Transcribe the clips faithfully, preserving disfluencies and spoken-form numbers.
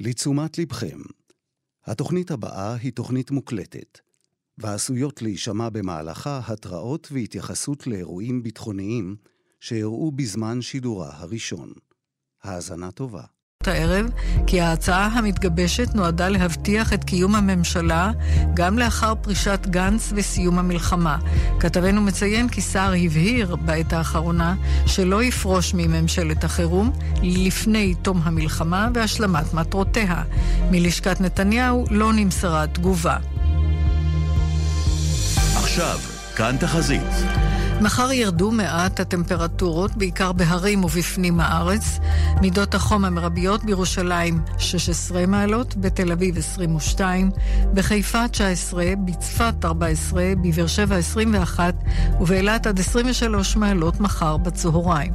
לתשומת לבכם. התוכנית הבאה היא תוכנית מוקלטת, ועשויות להישמע במהלכה התראות והתייחסות לאירועים ביטחוניים שאירעו בזמן שידורה הראשון. האזנה טובה. הערב, כי ההצעה המתגבשת נועדה להבטיח את קיום הממשלה גם לאחר פרישת גנץ וסיום המלחמה. כתבנו מציין כי שר הבהיר בעת האחרונה שלא יפרוש מממשלת החירום לפני תום המלחמה והשלמת מטרותיה. מלשכת נתניהו לא נמסרה תגובה. עכשיו, כאן תחזית. מחר ירדו מעט הטמפרטורות, בעיקר בהרים ובפנים הארץ. מידות החום המרביות בירושלים שש עשרה מעלות, בתל אביב עשרים ושתיים, בחיפה תשע עשרה, בצפת ארבע עשרה, בבאר שבע עשרים ואחת, ובאילת עד עשרים ושלוש מעלות מחר בצהריים.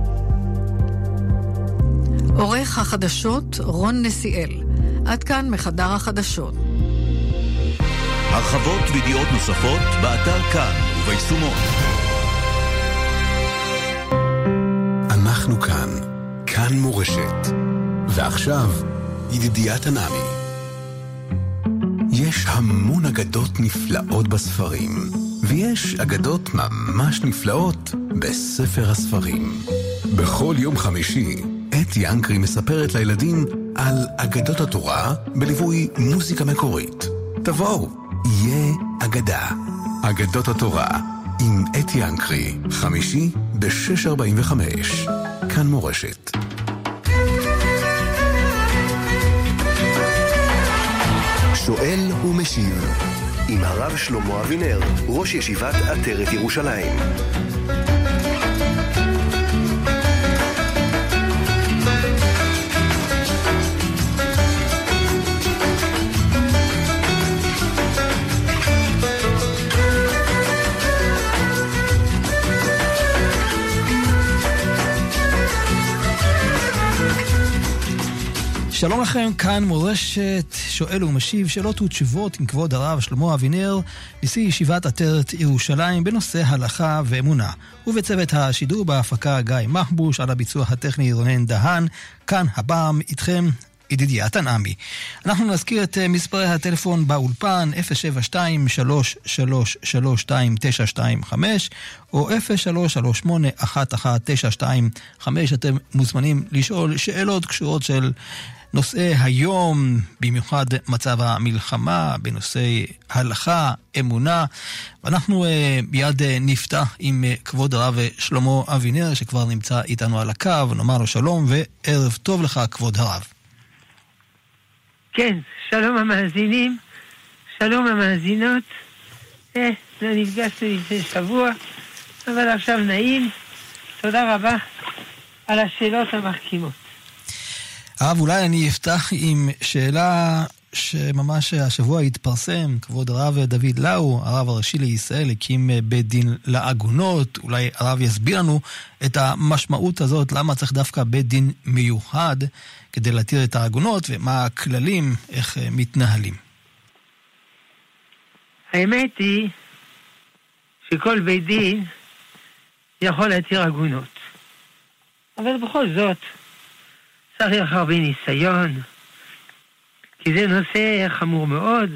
עורך החדשות רון נסיאל. עד כאן מחדר החדשות. הרחבות וידיעות נוספות באתר כאן וביישומות. אנחנו כאן, כאן מורשת. ועכשיו, ידידיית הנאמי. יש המון אגדות נפלאות בספרים, ויש אגדות ממש נפלאות בספר הספרים. בכל יום חמישי, עת ינקרי מספרת לילדים על אגדות התורה בליווי מוזיקה מקורית. תבואו, יהיה אגדה. אגדות התורה עם עת ינקרי, חמישי ב-שש ארבעים וחמש. כאן מורשת. שואל ומשיב עם הרב שלמה אבינר, ראש ישיבת עטרת ירושלים. שלום לכם, כאן מורשת, שואל ומשיב, שאלות ותשובות עם כבוד הרב שלמה אבינר, נשיא ישיבת עטרת ירושלים, בנושא הלכה ואמונה. ובצוות השידור בהפקה גיא מחבוש, על הביצוע הטכני רונן דהן. כאן הפעם איתכם ידידיית הנאמי. אנחנו נזכיר את מספרי הטלפון באולפן אפס שבע שתיים שלוש שלוש שלוש שתיים תשע שתיים חמש או אפס שלוש שלוש שמונה אחת אחת תשע שתיים חמש. אתם מוזמנים לשאול שאלות קשורות של נושאי היום, במיוחד מצב המלחמה, בנושאי הלכה, אמונה. ואנחנו ביד נפתח עם כבוד הרב שלמה אבינר, שכבר נמצא איתנו על הקו. נאמר לו שלום וערב טוב לך, כבוד הרב. כן, שלום המאזינים, שלום המאזינות. אה, לא נפגשנו לפני שבוע, אבל עכשיו נעים. תודה רבה על השאלות המחכימות. הרב, אולי אני אפתח עם שאלה שממש השבוע התפרסם. כבוד הרב דוד לאו, הרב הראשי לישראל, הקים בית דין לעגונות. אולי הרב יסביר לנו את המשמעות הזאת, למה צריך דווקא בית דין מיוחד כדי להתיר את העגונות, ומה הכללים, איך מתנהלים. האמת היא שכל בית דין יכול להתיר עגונות, אבל בכל זאת צריך הרבה ניסיון, כי זה נושא חמור מאוד,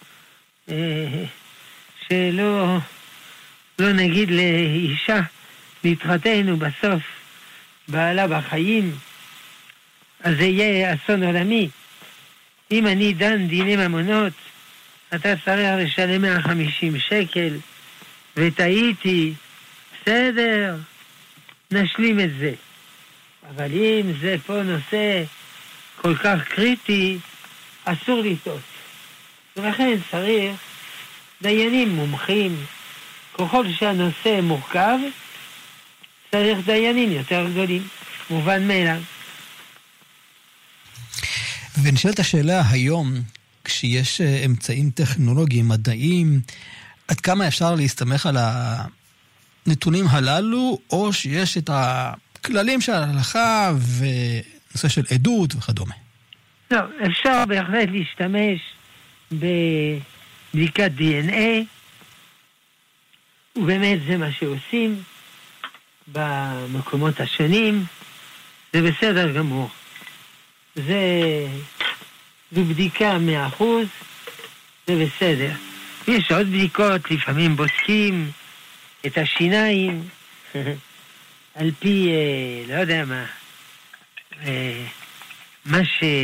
שלא לא נגיד לאישה להתחתן ובסוף בעלה בחיים, אז זה יהיה אסון עולמי. אם אני דן דיני ממונות, אתה צריך לשלם מאה וחמישים שקל, וטעיתי, בסדר, נשלים את זה. אבל אם זה פה נושא כל כך קריטי, אסור לטעות. ולכן צריך דיינים מומחים. ככל שהנושא מורכב, צריך דיינים יותר גדולים. מובן מאליו. ונשאלת השאלה היום, כשיש אמצעים טכנולוגיים, מדעיים, עד כמה אפשר להסתמך על הנתונים הללו, או שיש את הכללים של ההלכה ונושא של עדות וכדומה? לא, אפשר בהחלט להשתמש בבדיקת די אן איי, ובאמת זה מה שעושים במקומות השונים, זה בסדר גמור. זה זו בדיקה מאה אחוז, זה בסדר. יש עוד בדיקות, לפעמים בוסקים את השיניים, על פי, אה, לא יודע מה, אה, מה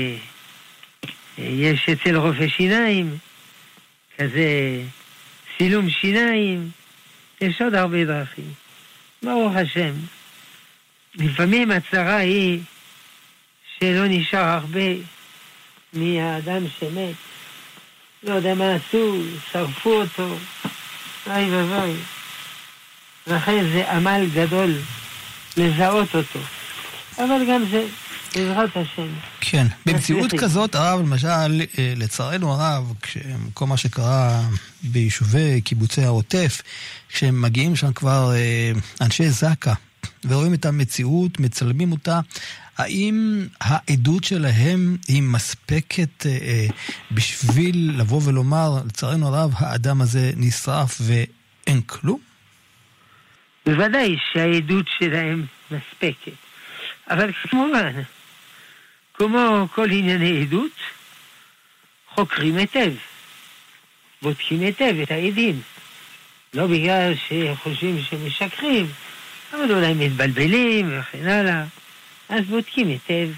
שיש אצל רופא שיניים, כזה צילום שיניים, יש עוד הרבה דרכים. ברוך השם. לפעמים הצרה היא שלא נשאר הרבה מהאדם שמת. לא יודע מה עשו, שרפו אותו, אוי ואוי. לכן זה עמל גדול לזהות אותו. אבל גם זה, בעזרת השם. כן, במציאות כזאת, הרב, למשל, לצערנו הרב, כל מה שקרה ביישובי קיבוצי העוטף, כשהם מגיעים שם כבר אנשי זקה, ורואים את המציאות, מצלמים אותה, האם העדות שלהם היא מספקת אה, בשביל לבוא ולומר, לצערנו הרב, האדם הזה נשרף ואין כלום? בוודאי שהעדות שלהם מספקת. אבל כמובן, כמו כל ענייני עדות, חוקרים היטב, בודקים היטב את העדים. לא בגלל שחושבים שמשקרים, אבל אולי מתבלבלים וכן הלאה. אז בודקים היטב.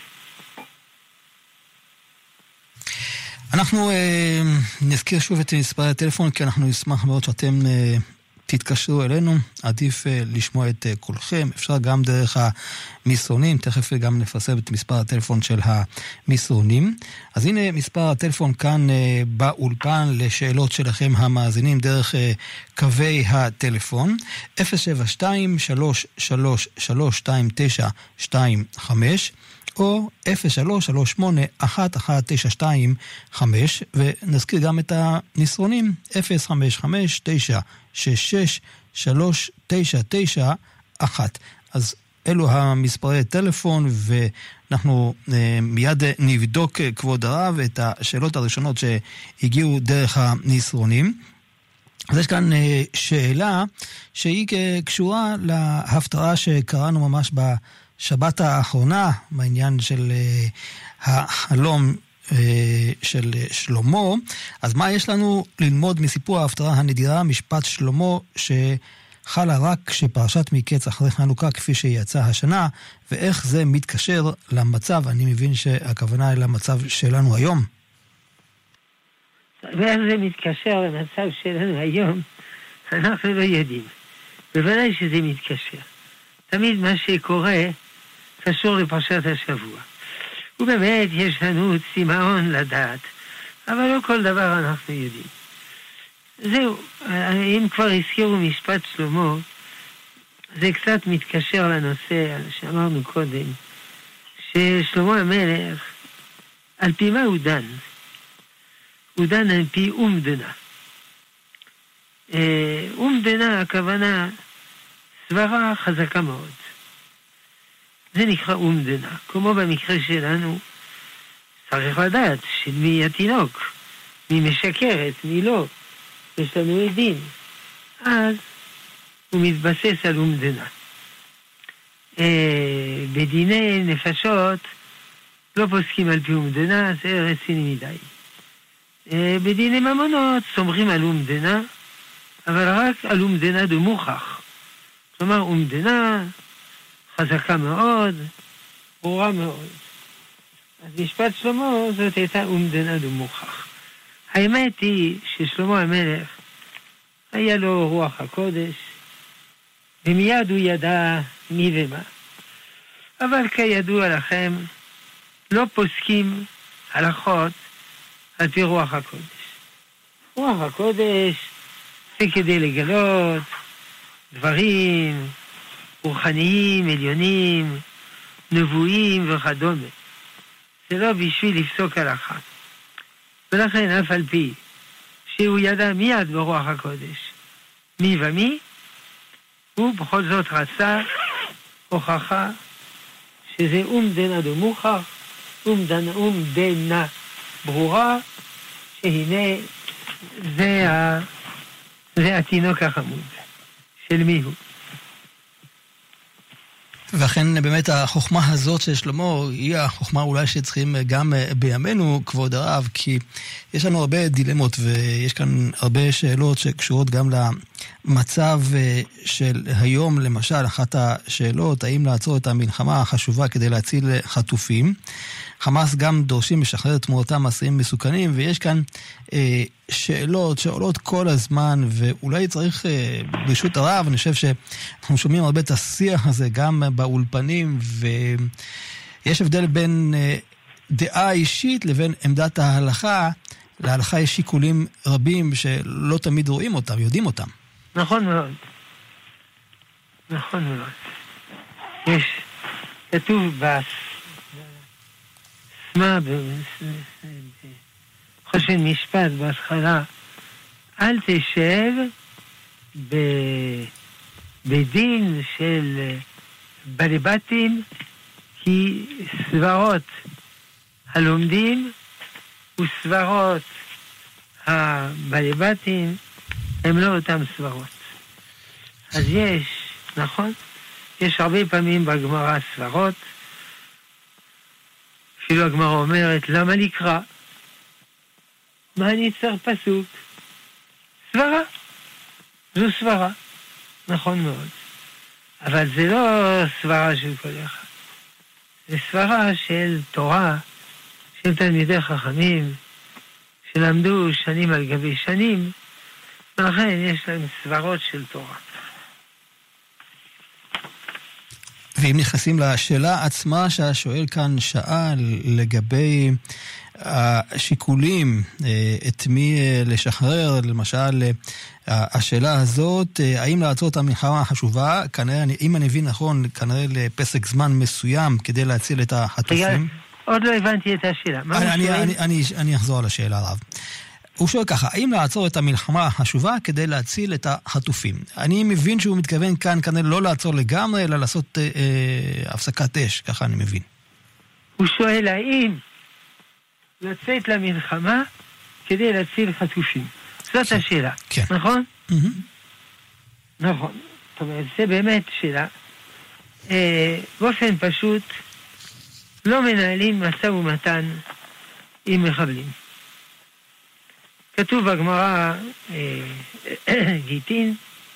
אנחנו אה, נזכיר שוב את מספר הטלפון, כי אנחנו נשמח מאוד שאתם אה, תתקשרו אלינו. עדיף אה, לשמוע את אה, כולכם. אפשר גם דרך המסרונים, תכף גם נפרסם את מספר הטלפון של המסרונים. אז הנה מספר הטלפון כאן אה, באולפן לשאלות שלכם המאזינים דרך אה, קווי הטלפון. אפס שבע שתיים שלוש שלוש שלוש שתיים תשע שתיים חמש או אפס שלוש שלוש שמונה אחת אחת תשע שתיים חמש, ונזכיר גם את המסרונים אפס חמש חמש תשע שש שש שלוש תשע תשע אחת. אז אלו המספרי טלפון, ואנחנו אה, מיד נבדוק, כבוד הרב, את השאלות הראשונות שהגיעו דרך המסרונים. אז יש כאן אה, שאלה שהיא קשורה להפטרה שקראנו ממש בשבת האחרונה, בעניין של אה, החלום אה, של שלמה. אז מה יש לנו ללמוד מסיפור ההפטרה הנדירה, משפט שלמה, שחלה רק כשפרשת מקץ אחרי חנוכה כפי שיצא השנה, ואיך זה מתקשר למצב? אני מבין שהכוונה היא למצב שלנו היום. ואיך זה מתקשר למצב שלנו היום, אנחנו לא יודעים. בוודאי שזה מתקשר. תמיד מה שקורה קשור לפרשת השבוע. ובאמת יש לנו צמאון לדעת, אבל לא כל דבר אנחנו יודעים. זהו, אם כבר הזכירו משפט שלמה, זה קצת מתקשר לנושא שאמרנו קודם, ששלמה המלך, על פי מה הוא דן? הוא דן על פי אומדנה. אומדנה, הכוונה, סברה חזקה מאוד. זה נקרא אומדנה. כמו במקרה שלנו, צריך לדעת של מי התינוק, מי משקרת, מי לא. יש לנו עדים. אז הוא מתבסס על אומדנה. בדיני נפשות לא פוסקים על פי אומדנה, זה רציני מדי. בדיני ממונות סומכים על אומדנה, אבל רק על אומדנה דמוכח. כלומר, אומדנה חזקה מאוד, ברורה מאוד. אז משפט שלמה זאת הייתה אומדנה דמוכח. האמת היא ששלמה המלך היה לו רוח הקודש, ומיד הוא ידע מי ומה. אבל כידוע לכם, לא פוסקים הלכות על פי רוח הקודש. רוח הקודש זה כדי לגלות דברים רוחניים, עליונים, נבואים וכדומה. זה לא בשביל לפסוק הלכה. ולכן אף על פי שהוא ידע מיד ברוח הקודש מי ומי, הוא בכל זאת רצה הוכחה שזה אומדנה דמוכח, אומדנה, אומדנה ברורה, שהנה זה, ה, זה התינוק החמוד. של מי הוא? ואכן באמת החוכמה הזאת של שלמה היא החוכמה אולי שצריכים גם בימינו, כבוד הרב, כי יש לנו הרבה דילמות ויש כאן הרבה שאלות שקשורות גם למצב של היום. למשל, אחת השאלות, האם לעצור את המלחמה החשובה כדי להציל חטופים? חמאס גם דורשים לשחרר תמורתם אסירים מסוכנים, ויש כאן אה, שאלות שעולות כל הזמן, ואולי צריך, אה, ברשות הרב, אני חושב שאנחנו שומעים הרבה את השיח הזה גם באולפנים, ויש הבדל בין אה, דעה אישית לבין עמדת ההלכה. להלכה יש שיקולים רבים שלא תמיד רואים אותם, יודעים אותם. נכון מאוד. נכון מאוד. יש, כתוב בס... מה, חושן משפט בהתחלה, אל תשב בדין של בעלי בתים, כי סברות הלומדים וסברות הבעלי בתים הם לא אותם סברות. אז יש, נכון? יש הרבה פעמים בגמרא סברות, אפילו הגמרא אומרת, למה לקרוא? מה אני צריך פסוק? סברה. זו סברה. נכון מאוד. אבל זה לא סברה של כל אחד. זה סברה של תורה, של תלמידי חכמים, שלמדו שנים על גבי שנים, ולכן יש להם סברות של תורה. ואם נכנסים לשאלה עצמה שהשואל כאן שאל לגבי השיקולים, את מי לשחרר, למשל, השאלה הזאת, האם לעצור את המלחמה החשובה, כנראה, אם אני מבין נכון, כנראה לפסק זמן מסוים כדי להציל את החטופים. עוד לא הבנתי את השאלה. אני, אני, אני, אני, אני אחזור על השאלה הרב. הוא שואל ככה, האם לעצור את המלחמה החשובה כדי להציל את החטופים? אני מבין שהוא מתכוון כאן כנראה לא לעצור לגמרי, אלא לעשות אה, אה, הפסקת אש, ככה אני מבין. הוא שואל האם לצאת למלחמה כדי להציל חטופים. זאת כן. השאלה, כן. נכון? Mm-hmm. נכון. זאת אומרת, זה באמת שאלה. אה, באופן פשוט, לא מנהלים משא ומתן עם מחבלים. כתוב בגמרא גיטין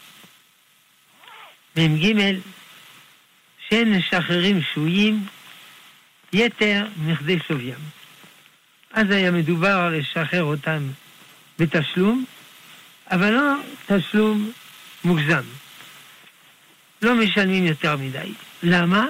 מ"ג שאין משחררים שבויים יתר מכדי סוביים. אז היה מדובר לשחרר אותם בתשלום, אבל לא תשלום מוגזם. לא משלמים יותר מדי. למה?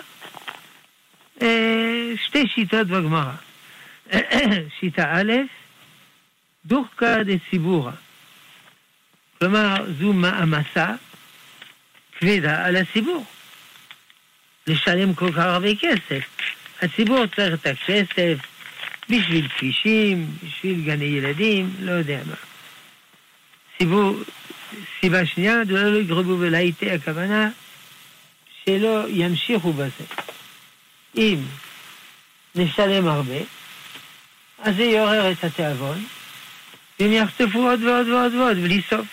שתי שיטות בגמרא. שיטה א', דוחקא דציבורא. כלומר, זו מעמסה כבדה על הציבור. לשלם כל כך הרבה כסף. הציבור צריך את הכסף בשביל כבישים, בשביל גני ילדים, לא יודע מה. ציבור, סיבה שנייה, לא יגרבו ולהיטה, הכוונה שלא ימשיכו בזה. אם נשלם הרבה, אז זה יעורר את התיאבון, והם יחטפו עוד ועוד ועוד ועוד, בלי סוף.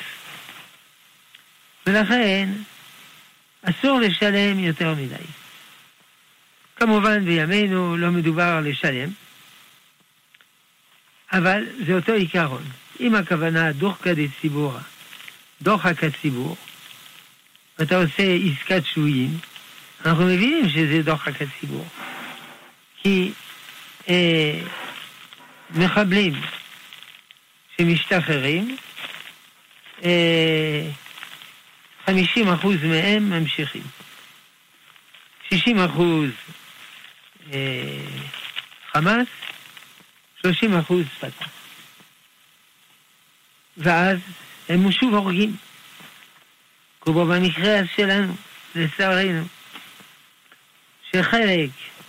ולכן, אסור לשלם יותר מדי. כמובן, בימינו לא מדובר על לשלם, אבל זה אותו עיקרון. אם הכוונה דוחקא דציבורא, דוחק הציבור, ואתה עושה עסקת שבויים, אנחנו מבינים שזה דוחק הציבור. כי אה, מחבלים שמשתחררים, אה, חמישים אחוז מהם ממשיכים. שישים אחוז אה, חמאס, שלושים אחוז פתח. ואז הם שוב הורגים. כמו במקרה שלנו, לצערנו, שחלק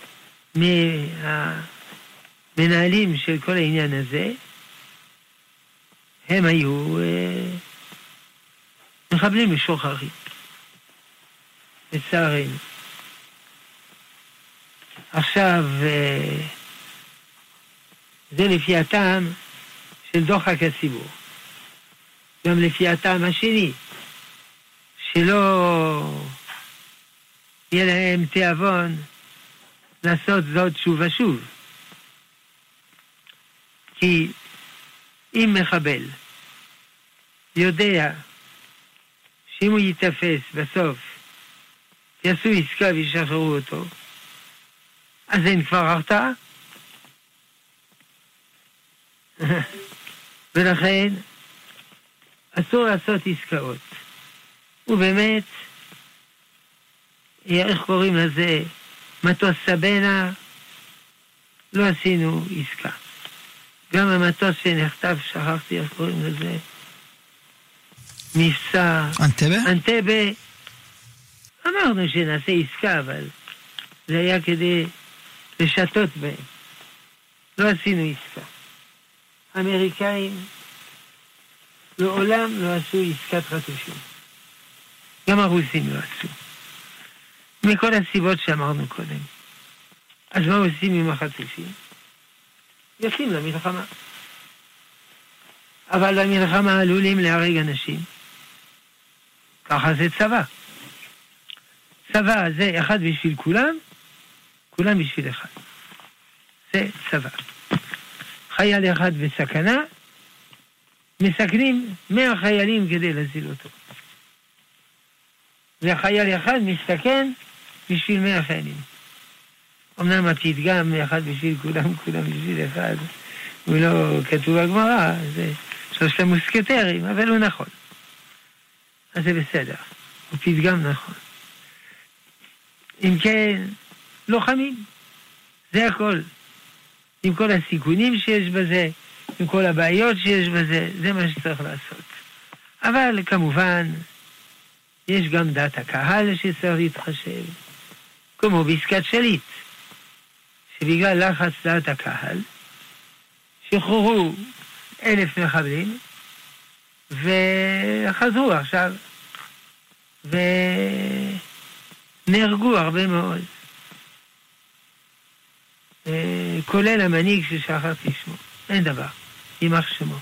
מהמנהלים של כל העניין הזה, הם היו אה, מחבלים משוחררים. לצערנו. עכשיו, אה, זה לפי הטעם של דוחק הציבור. גם לפי הטעם השני, שלא יהיה להם תיאבון לעשות זאת שוב ושוב. כי אם מחבל יודע שאם הוא יתפס בסוף יעשו עסקה וישחררו אותו, אז אין כבר הרתעה. ולכן אסור לעשות עסקאות. ובאמת, איך קוראים לזה? מטוס סבנה, לא עשינו עסקה. גם המטוס שנחטף, שכחתי איך קוראים לזה, מבצע אנטבה? אנטבה, אמרנו שנעשה עסקה, אבל זה היה כדי לשתות בהם. לא עשינו עסקה. האמריקאים לעולם לא עשו עסקת חטופים. גם הרוסים לא עשו. מכל הסיבות שאמרנו קודם. אז מה עושים עם החטופים? יוצאים למלחמה. אבל במלחמה עלולים להרג אנשים. ככה זה צבא. צבא זה אחד בשביל כולם, כולם בשביל אחד. זה צבא. חייל אחד בסכנה, מסכנים מאה חיילים כדי להציל אותו. והחייל אחד מסתכן בשביל מאה חיילים. אמנם הפתגם אחד בשביל כולם, כולם בשביל אחד, הוא לא כתוב בגמרא, זה שלושת המוסקטרים, אבל הוא נכון. אז זה בסדר, הוא פתגם נכון. אם כן, לוחמים, זה הכל. עם כל הסיכונים שיש בזה, עם כל הבעיות שיש בזה, זה מה שצריך לעשות. אבל כמובן, יש גם דעת הקהל שצריך להתחשב, כמו בעסקת שליט, שבגלל לחץ דעת הקהל, שחררו אלף מחבלים, וחזרו עכשיו, ונהרגו הרבה מאוד. כולל המנהיג ששכחתי שמו. אין דבר. יימח שמו.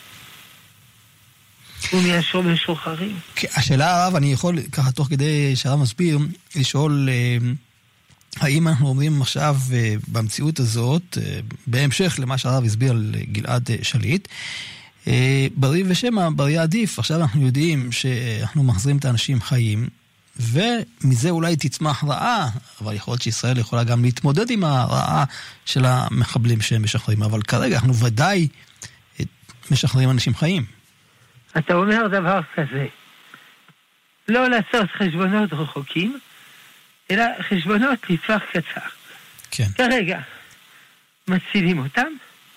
הוא מהשור משוחררים. השאלה הרב, אני יכול ככה תוך כדי שהרב מסביר, לשאול האם אנחנו אומרים עכשיו במציאות הזאת, בהמשך למה שהרב הסביר על גלעד שליט, בריא ושמע, בריא עדיף. עכשיו אנחנו יודעים שאנחנו מחזירים את האנשים חיים, ומזה אולי תצמח רעה, אבל יכול להיות שישראל יכולה גם להתמודד עם הרעה של המחבלים שהם משחררים, אבל כרגע אנחנו ודאי משחררים אנשים חיים. אתה אומר דבר כזה, לא לעשות חשבונות רחוקים, אלא חשבונות לטווח קצר. כן. כרגע מצילים אותם,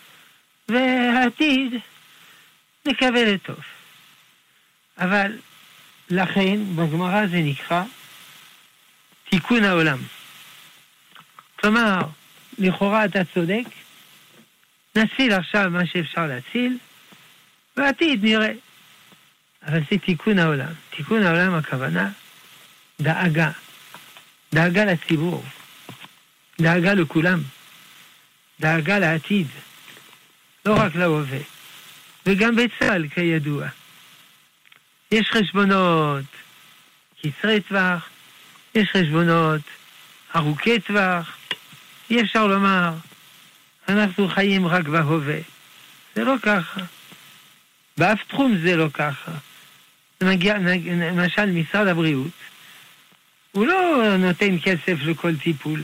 והעתיד נקווה לטוב. אבל לכן בגמרא זה נקרא תיקון העולם. כלומר, לכאורה אתה צודק, נציל עכשיו מה שאפשר להציל, בעתיד נראה. אבל זה תיקון העולם. תיקון העולם הכוונה דאגה. דאגה לציבור. דאגה לכולם. דאגה לעתיד. לא רק להווה. וגם בצה"ל כידוע. יש חשבונות קצרי טווח, יש חשבונות ארוכי טווח. אי אפשר לומר, אנחנו חיים רק בהווה. זה לא ככה. באף תחום זה לא ככה. נגיע, למשל משרד הבריאות, הוא לא נותן כסף לכל טיפול.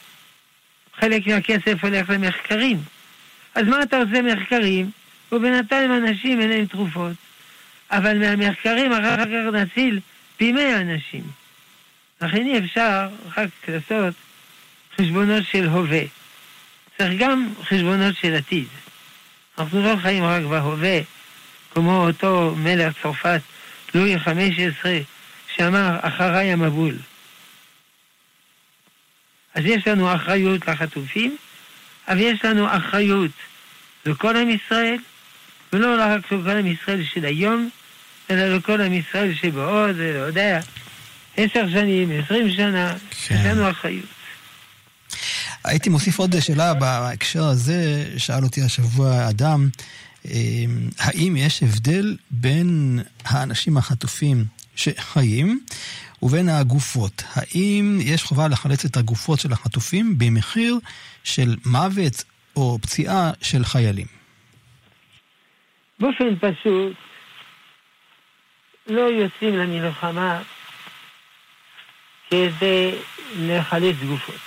חלק מהכסף הולך למחקרים. אז מה אתה עושה מחקרים? ובינתיים אנשים אין להם תרופות. אבל מהמחקרים אחר כך נציל פי מאה אנשים. לכן אי אפשר רק לעשות חשבונות של הווה. צריך גם חשבונות של עתיד. אנחנו לא חיים רק בהווה, כמו אותו מלך צרפת, לואי ה-חמש עשרה, שאמר, אחריי המבול. אז יש לנו אחריות לחטופים, אבל יש לנו אחריות לכל עם ישראל, ולא רק לכל עם ישראל של היום, אלא לכל עם ישראל שבעוד, ולא יודע, עשר שנים, עשרים שנה, כן. יש לנו אחריות. הייתי מוסיף עוד שאלה בהקשר הזה, שאל אותי השבוע אדם, האם יש הבדל בין האנשים החטופים שחיים ובין הגופות. האם יש חובה לחלץ את הגופות של החטופים במחיר של מוות או פציעה של חיילים? באופן פשוט, לא יוצאים למלחמה כדי לחלץ גופות.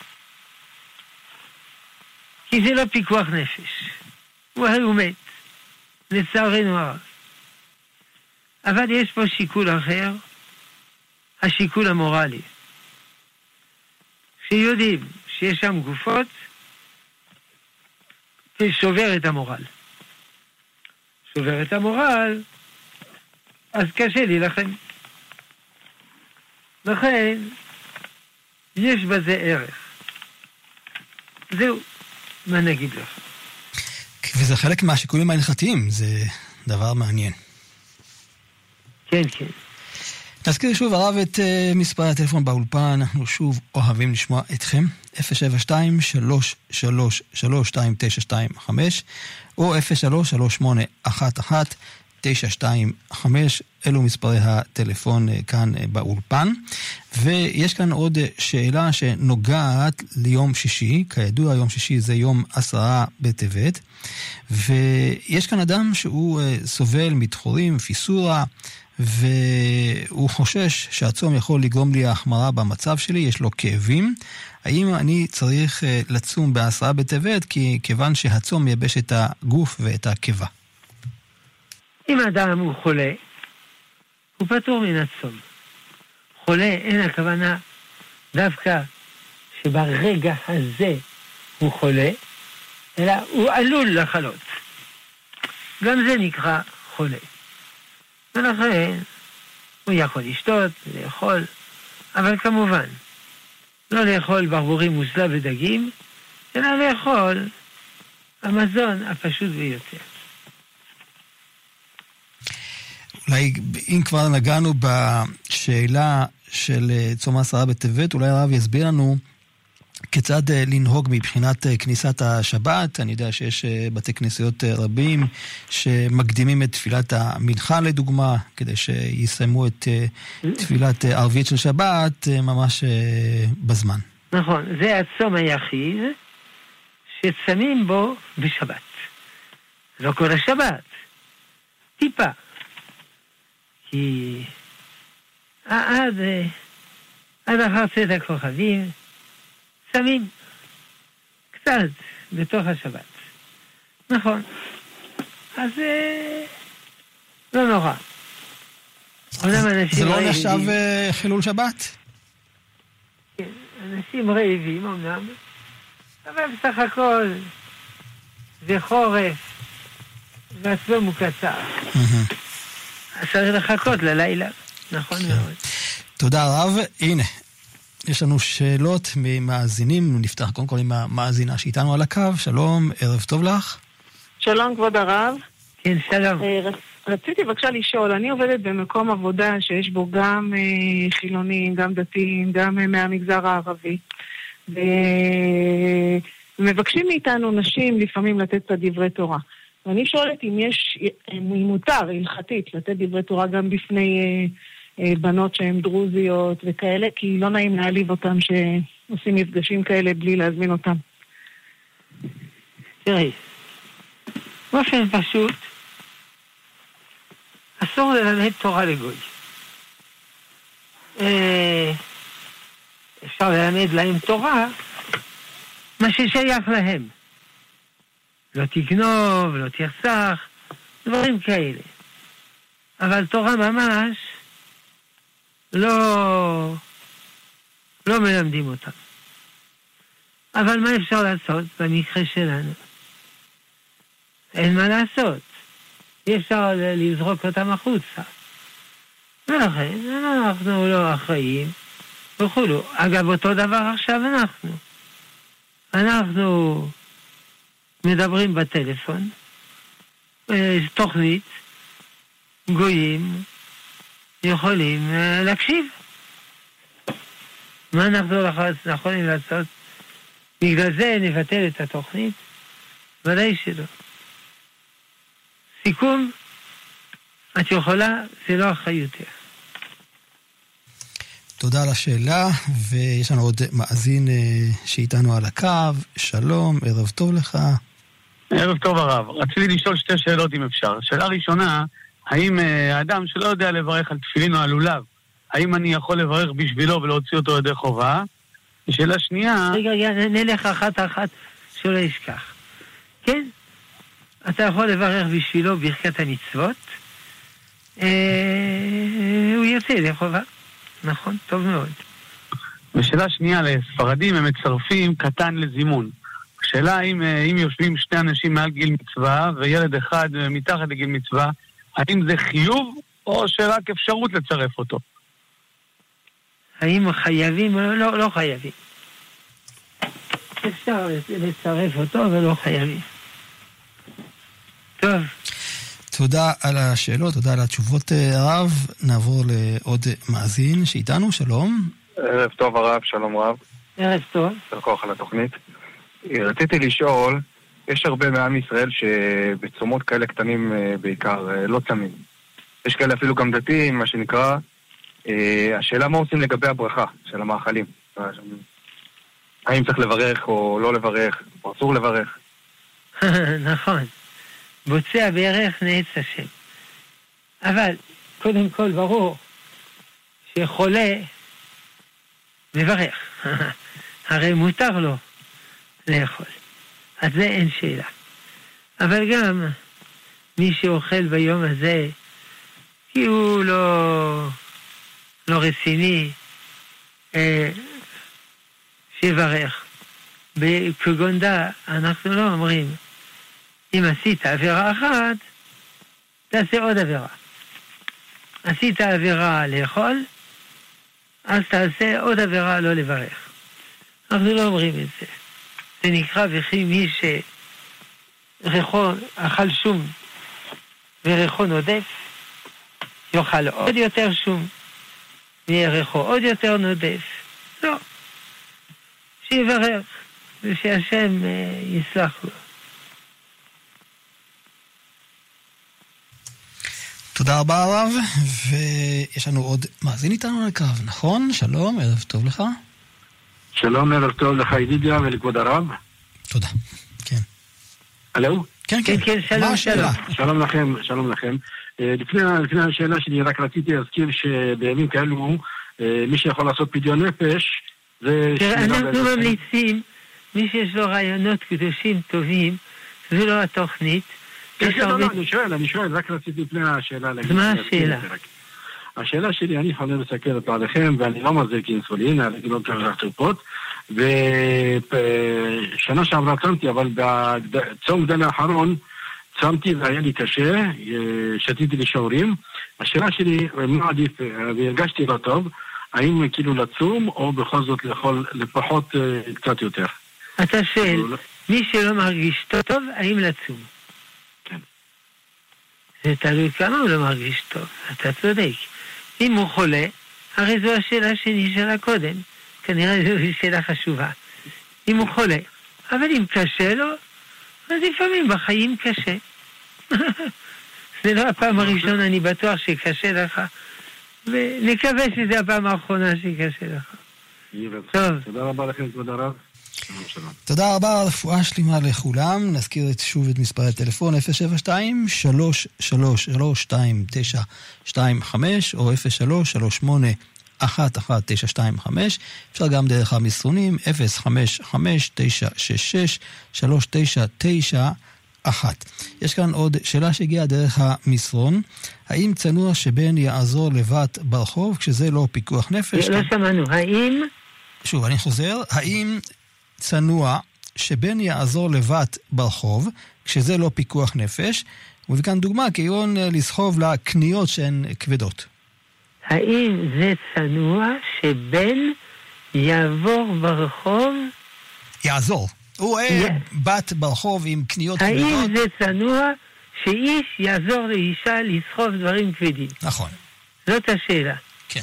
כי זה לא פיקוח נפש. הוא הוא מת, לצערנו הרב. אבל יש פה שיקול אחר, השיקול המורלי. שיודעים שיש שם גופות, זה שובר את המורל. שובר את המורל, אז קשה לי לכם. לכן, יש בזה ערך. זהו, מה נגיד לך? וזה חלק מהשיקולים ההלכתיים, זה דבר מעניין. כן, כן. נזכיר שוב הרב את uh, מספר הטלפון באולפן, אנחנו שוב אוהבים לשמוע אתכם, אפס שבע שתיים שלוש שלוש שלוש שתיים תשע שתיים חמש או אפס שלוש שלוש שמונה אחת אחת תשע שתיים חמש, אלו מספרי הטלפון uh, כאן uh, באולפן. ויש כאן עוד uh, שאלה שנוגעת ליום שישי, כידוע יום שישי זה יום עשרה בטבת, ויש כאן אדם שהוא uh, סובל מתחורים, פיסורה, והוא חושש שהצום יכול לגרום לי החמרה במצב שלי, יש לו כאבים. האם אני צריך לצום בעשרה בטבת, כי כיוון שהצום מייבש את הגוף ואת הקיבה? אם אדם הוא חולה, הוא פטור מן הצום. חולה, אין הכוונה דווקא שברגע הזה הוא חולה, אלא הוא עלול לחלות. גם זה נקרא חולה. ולכן הוא יכול לשתות, לאכול, אבל כמובן, לא לאכול ברבורים מוסלב ודגים, אלא לאכול המזון הפשוט ביותר. אולי אם כבר נגענו בשאלה של צום עשרה בטבת, אולי הרב יסביר לנו כיצד לנהוג מבחינת כניסת השבת. אני יודע שיש בתי כנסיות רבים שמקדימים את תפילת המנחה לדוגמה, כדי שיסיימו את תפילת ערבית של שבת ממש בזמן. נכון, זה הצום היחיד שצמים בו בשבת. לא כל השבת, טיפה. כי עד, עד אחר צאת הכוכבים, צמים קצת בתוך השבת. נכון. אז לא נורא. זה לא נחשב חילול שבת? כן, אנשים רעבים אמנם, אבל בסך הכל זה חורף והצום הוא קצר. אז צריך לחכות ללילה. נכון מאוד. תודה רב. הנה. יש לנו שאלות ממאזינים, נפתח קודם כל עם המאזינה שאיתנו על הקו. שלום, ערב טוב לך. שלום כבוד הרב. כן, שלום. רציתי בבקשה לשאול, אני עובדת במקום עבודה שיש בו גם חילונים, גם דתיים, גם מהמגזר הערבי. ומבקשים מאיתנו נשים לפעמים לתת את דברי תורה. ואני שואלת אם יש, אם מותר הלכתית לתת דברי תורה גם בפני בנות שהן דרוזיות וכאלה, כי לא נעים להעליב אותם שעושים מפגשים כאלה בלי להזמין אותם. תראי, באופן פשוט, אסור ללמד תורה לגוי. אפשר ללמד להם תורה, מה ששייך להם. לא תגנוב, לא תרצח, דברים כאלה. אבל תורה ממש לא, לא מלמדים אותם. אבל מה אפשר לעשות במקרה שלנו? אין מה לעשות. אי אפשר לזרוק אותם החוצה. ולכן אנחנו לא אחראים וכולו. אגב, אותו דבר עכשיו אנחנו. אנחנו מדברים בטלפון, תוכנית, גויים, יכולים להקשיב. מה אנחנו יכולים לעשות? בגלל זה נבטל את התוכנית? ודאי שלא. סיכום, את יכולה, זה לא אחריותך. תודה על השאלה, ויש לנו עוד מאזין שאיתנו על הקו. שלום, ערב טוב לך. ערב טוב הרב. רציתי לשאול שתי שאלות אם אפשר. שאלה ראשונה, האם האדם שלא יודע לברך על תפילין או על לולב, האם אני יכול לברך בשבילו ולהוציא אותו ידי חובה? ושאלה שנייה... רגע, רגע, נלך אחת אחת שלא ישכח. כן? אתה יכול לברך בשבילו ברכת המצוות, אה, הוא יוצא ידי חובה. נכון, טוב מאוד. ושאלה שנייה, לספרדים הם מצרפים קטן לזימון. שאלה אם, אם יושבים שני אנשים מעל גיל מצווה וילד אחד מתחת לגיל מצווה, האם זה חיוב או שרק אפשרות לצרף אותו? האם חייבים או לא, לא חייבים. אפשר לצרף אותו ולא חייבים. טוב. תודה על השאלות, תודה על התשובות הרב. נעבור לעוד מאזין שאיתנו, שלום. ערב טוב הרב, שלום רב. ערב טוב. תרקוח על התוכנית. רציתי לשאול, יש הרבה מעם ישראל שבצומות כאלה קטנים בעיקר לא צמים. יש כאלה אפילו גם דתיים, מה שנקרא. השאלה מה עושים לגבי הברכה של המאכלים. האם צריך לברך או לא לברך, או אסור לברך. נכון. בוצע בערך נעץ השם. אבל קודם כל ברור שחולה מברך. הרי מותר לו לאכול. אז זה אין שאלה. אבל גם מי שאוכל ביום הזה, כי הוא לא, לא רציני, אה, שיברך. בכגונדה אנחנו לא אומרים, אם עשית עבירה אחת, תעשה עוד עבירה. עשית עבירה לאכול, אז תעשה עוד עבירה לא לברך. אנחנו לא אומרים את זה. זה נקרא וכי מי שריחו אכל שום וריחו נודף, יאכל עוד יותר שום, ויריחו עוד יותר נודף. לא. שיברך, ושהשם יסלח לו. תודה רבה הרב, ויש לנו עוד מאזין איתנו על הקו, נכון? שלום, ערב טוב לך. שלום, ערב טוב לך ידידיה ולכבוד הרב. תודה, כן. הלו? כן, כן, כן, שלום, שלום. שלום לכם, שלום לכם. לפני, לפני השאלה שלי רק רציתי להזכיר שבימים כאלו מי שיכול לעשות פדיון נפש זה... תראה, אנחנו ממליצים, מי שיש לו רעיונות קדושים טובים, זה לא התוכנית. כן, כן, לא, לא, אני שואל, אני שואל, רק רציתי לפני השאלה. אז מה השאלה? השאלה שלי, אני חולה לסכרת עליכם, ואני לא מחזיק אינסולין, אני לא מקבל תרופות, ושנה שעברה צמתי, אבל בצום גדל האחרון, צמתי והיה לי קשה, שתיתי לי שעורים. השאלה שלי, מה עדיף, והרגשתי לא טוב, האם כאילו לצום, או בכל זאת לאכול לפחות קצת יותר? אתה שואל, מי שלא מרגיש טוב, האם לצום? זה תלוי כמה הוא לא מרגיש טוב, אתה צודק. אם הוא חולה, הרי זו השאלה שנשאלה קודם. כנראה זו שאלה חשובה. אם הוא חולה, אבל אם קשה לו, אז לפעמים בחיים קשה. זה לא הפעם הראשונה, אני בטוח שקשה לך, ונקווה שזה הפעם האחרונה שקשה לך. טוב. תודה רבה לכם, כבוד הרב. תודה רבה, רפואה שלמה לכולם. נזכיר שוב את מספר הטלפון אפס שבע שתיים שלוש שלוש שלוש שתיים תשע שתיים חמש או אפס שלוש שלוש שמונה אחת אחת תשע שתיים חמש. אפשר גם דרך המסרונים אפס חמש חמש תשע שש שש שלוש תשע תשע אחת. יש כאן עוד שאלה שהגיעה דרך המסרון. האם צנוע שבן יעזור לבת ברחוב כשזה לא פיקוח נפש? לא שמענו. האם? שוב, אני חוזר. האם צנוע שבן יעזור לבת ברחוב כשזה לא פיקוח נפש? וכאן דוגמה, כיון לסחוב לקניות שהן כבדות. האם זה צנוע שבן יעבור ברחוב? יעזור. הוא רואה בת ברחוב עם קניות כבדות. האם זה צנוע שאיש יעזור לאישה לסחוב דברים כבדים? נכון. זאת השאלה. כן.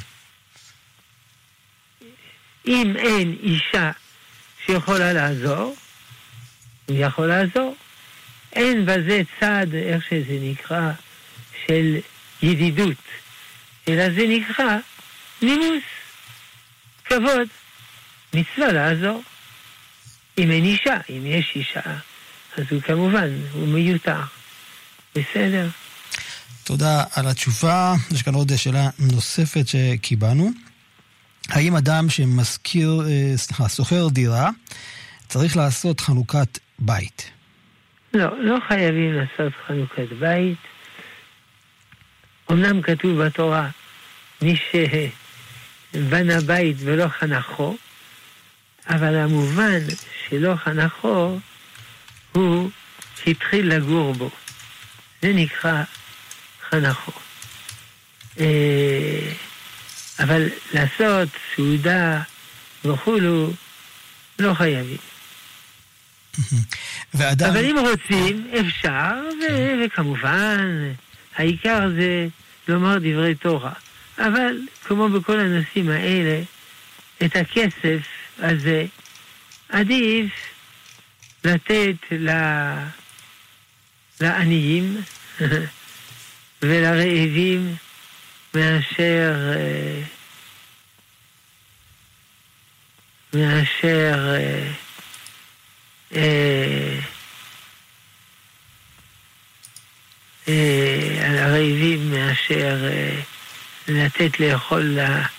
אם אין אישה שיכולה לעזור, הוא יכול לעזור. אין בזה צד, איך שזה נקרא, של ידידות, אלא זה נקרא נימוס. כבוד. מצווה לעזור. אם אין אישה, אם יש אישה, אז הוא כמובן, הוא מיותר. בסדר? תודה על התשובה. יש כאן עוד שאלה נוספת שקיבלנו. האם אדם שמזכיר, סליחה, סוחר דירה, צריך לעשות חנוכת בית? לא, לא חייבים לעשות חנוכת בית. אמנם כתוב בתורה, מי שבנה בית ולא חנכו, אבל המובן שלא חנכו הוא התחיל לגור בו. זה נקרא חנכו. אבל לעשות סעודה וכולו לא חייבים. ואדם... אבל אם רוצים אפשר, ו- וכמובן העיקר זה לומר דברי תורה. אבל כמו בכל הנושאים האלה, את הכסף הזה עדיף לתת ל- לעניים ולרעבים מאשר מאשר הרעבים מאשר לתת לאכול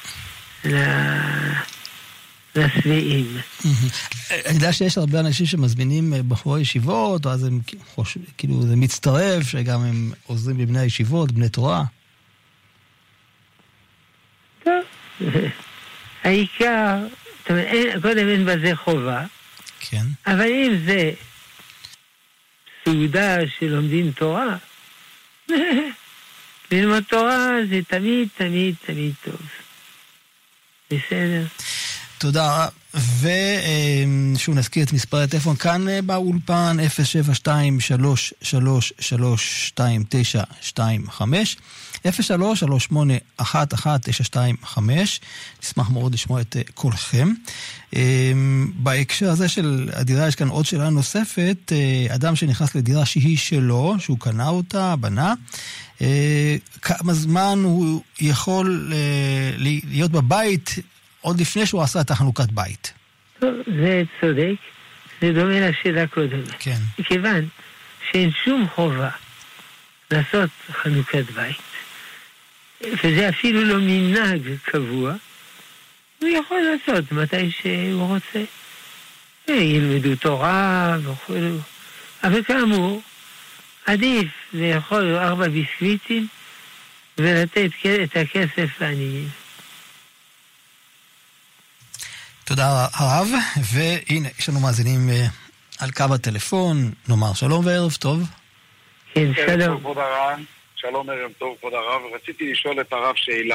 לשבעים. אני יודע שיש הרבה אנשים שמזמינים בחורי ישיבות, אז הם כאילו זה מצטרף שגם הם עוזרים לבני הישיבות, בני תורה. טוב, העיקר, קודם אין בזה חובה, כן. אבל אם זה סעודה שלומדים תורה, ללמוד תורה זה תמיד, תמיד, תמיד טוב. בסדר. תודה. ושוב נזכיר את מספר הטלפון כאן באולפן אפס שבע שתיים שלוש שלוש שלוש שתיים תשע שתיים חמש אפס שלוש שלוש שמונה אחת אחת תשע שתיים חמש. נשמח מאוד לשמוע את כולכם. בהקשר הזה של הדירה יש כאן עוד שאלה נוספת. אדם שנכנס לדירה שהיא שלו, שהוא קנה אותה, בנה, כמה זמן הוא יכול להיות בבית עוד לפני שהוא עשה את החנוכת בית? טוב, זה צודק. זה דומה לשאלה קודם. כן. מכיוון שאין שום חובה לעשות חנוכת בית, וזה אפילו לא מנהג קבוע, הוא יכול לעשות מתי שהוא רוצה. ילמדו תורה וכו'. אבל כאמור, עדיף לאכול ארבע ביסקוויטים ולתת את הכסף לעניים. תודה הרב, והנה, יש לנו מאזינים על קו הטלפון, נאמר שלום וערב טוב. כן, שלום. כבוד הרב, שלום ערב טוב כבוד הרב, רציתי לשאול את הרב שאלה.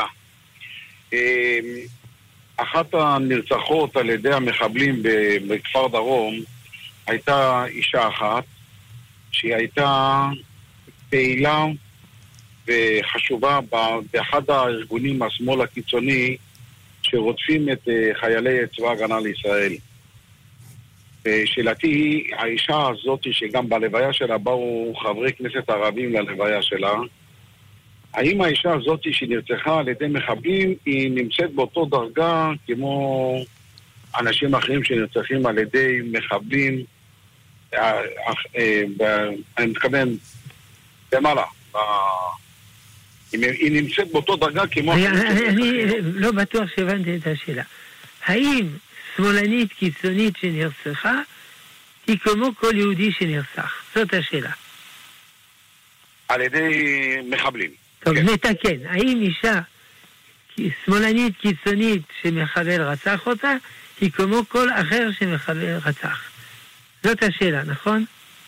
אחת הנרצחות על ידי המחבלים בכפר דרום הייתה אישה אחת שהיא הייתה פעילה וחשובה באחד הארגונים השמאל הקיצוני שרודפים את חיילי צבא הגנה לישראל. ושאלתי היא, האישה הזאת שגם בלוויה שלה באו חברי כנסת ערבים ללוויה שלה, האם האישה הזאת שנרצחה על ידי מחבלים היא נמצאת באותו דרגה כמו אנשים אחרים שנרצחים על ידי מחבלים, אני מתכוון במעלה, היא נמצאת באותו דרגה כמו... אני לא בטוח שהבנתי את השאלה. האם שמאלנית קיצונית שנרצחה היא כמו כל יהודי שנרצח? זאת השאלה. על ידי מחבלים. טוב, נתקן. האם אישה שמאלנית קיצונית שמחבל רצח אותה היא כמו כל אחר שמחבל רצח? זאת השאלה, נכון?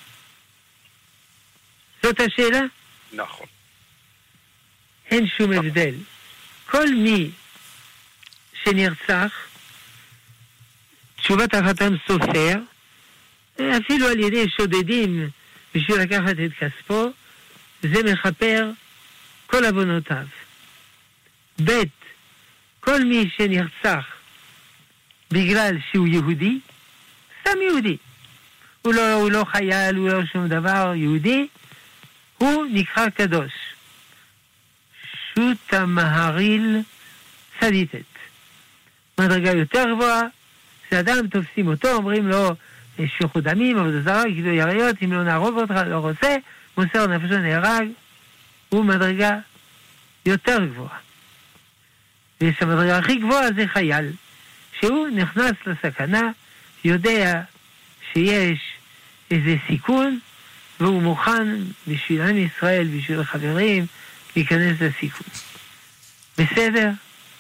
זאת השאלה? נכון. אין שום הבדל. כל מי שנרצח, תשובת החתם סופר, אפילו על ידי שודדים בשביל לקחת את כספו, זה מחפר כל עוונותיו. ב' כל מי שנרצח בגלל שהוא יהודי, סתם יהודי. הוא לא, הוא לא חייל, הוא לא שום דבר, יהודי, הוא נקרא קדוש. שו"ת המהריל צדיתת. מדרגה יותר גבוהה, שאדם תופסים אותו, אומרים לו, שפיכות דמים, עבודה זרה, גילוי עריות, אם לא נערוב אותך, לא רוצה, מוסר נפשו נהרג, הוא מדרגה יותר גבוהה. ויש המדרגה הכי גבוהה זה חייל, שהוא נכנס לסכנה, יודע שיש איזה סיכון, והוא מוכן בשביל עם ישראל, בשביל החברים, להיכנס לסיכון. בסדר?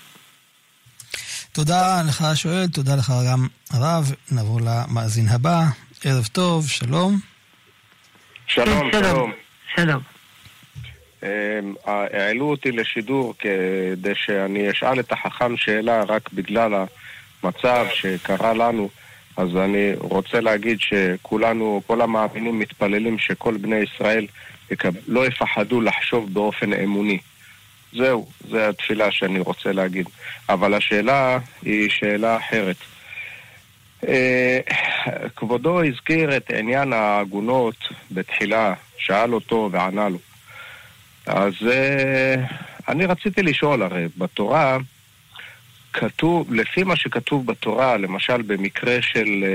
תודה לך שואל, תודה לך גם הרב. נעבור למאזין הבא. ערב טוב, שלום. שלום, שלום. שלום. העלו אותי לשידור כדי שאני אשאל את החכם שאלה רק בגלל המצב שקרה לנו. אז אני רוצה להגיד שכולנו, כל המאמינים מתפללים שכל בני ישראל לא יפחדו לחשוב באופן אמוני. זהו, זו התפילה שאני רוצה להגיד. אבל השאלה היא שאלה אחרת. כבודו הזכיר את עניין העגונות בתחילה, שאל אותו וענה לו. אז אני רציתי לשאול, הרי בתורה כתוב, לפי מה שכתוב בתורה, למשל במקרה של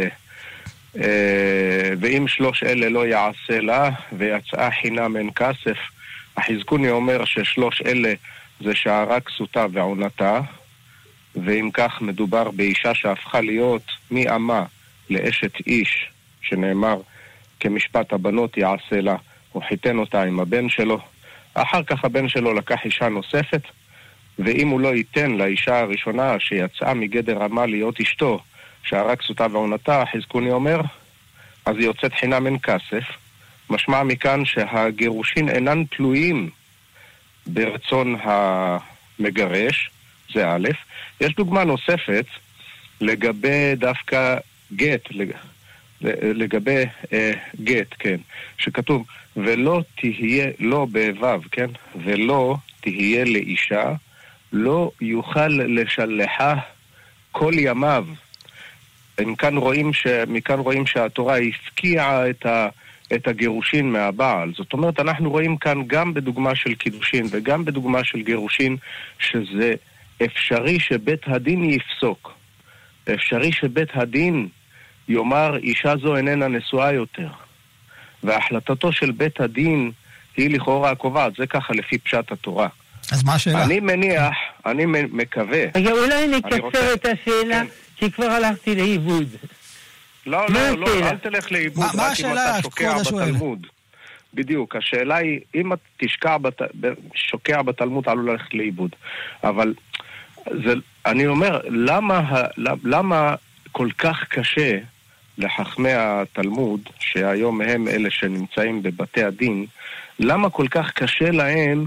ואם שלוש אלה לא יעשה לה ויצאה חינם אין כסף, החזקוני אומר ששלוש אלה זה שערה כסותה ועונתה, ואם כך מדובר באישה שהפכה להיות מאמה לאשת איש, שנאמר כמשפט הבנות יעשה לה, הוא חיתן אותה עם הבן שלו. אחר כך הבן שלו לקח אישה נוספת, ואם הוא לא ייתן לאישה הראשונה שיצאה מגדר אמה להיות אשתו, שערה כסותה ועונתה, החזקוני אומר, אז היא יוצאת חינם אין כסף. משמע מכאן שהגירושין אינן תלויים ברצון המגרש, זה א'. יש דוגמה נוספת לגבי דווקא גט, לגבי אה, גט, כן, שכתוב, ולא תהיה, לא בו"ב, כן, ולא תהיה לאישה, לא יוכל לשלחה כל ימיו. מכאן רואים, ש... מכאן רואים שהתורה הפקיעה את ה... את הגירושין מהבעל. זאת אומרת, אנחנו רואים כאן גם בדוגמה של קידושין וגם בדוגמה של גירושין, שזה אפשרי שבית הדין יפסוק. אפשרי שבית הדין יאמר, אישה זו איננה נשואה יותר. והחלטתו של בית הדין היא לכאורה הקובעת. זה ככה לפי פשט התורה. אז מה השאלה? אני מניח, אני מקווה. רגע, אולי נקצר את השאלה, כי כבר הלכתי לאיבוד. לא, לא, לא, אל תלך לאיבוד, רק אם אתה שוקע בתלמוד. בדיוק, השאלה היא, אם אתה תשקע, שוקע בתלמוד, עלול ללכת לאיבוד. אבל אני אומר, למה כל כך קשה לחכמי התלמוד, שהיום הם אלה שנמצאים בבתי הדין, למה כל כך קשה להם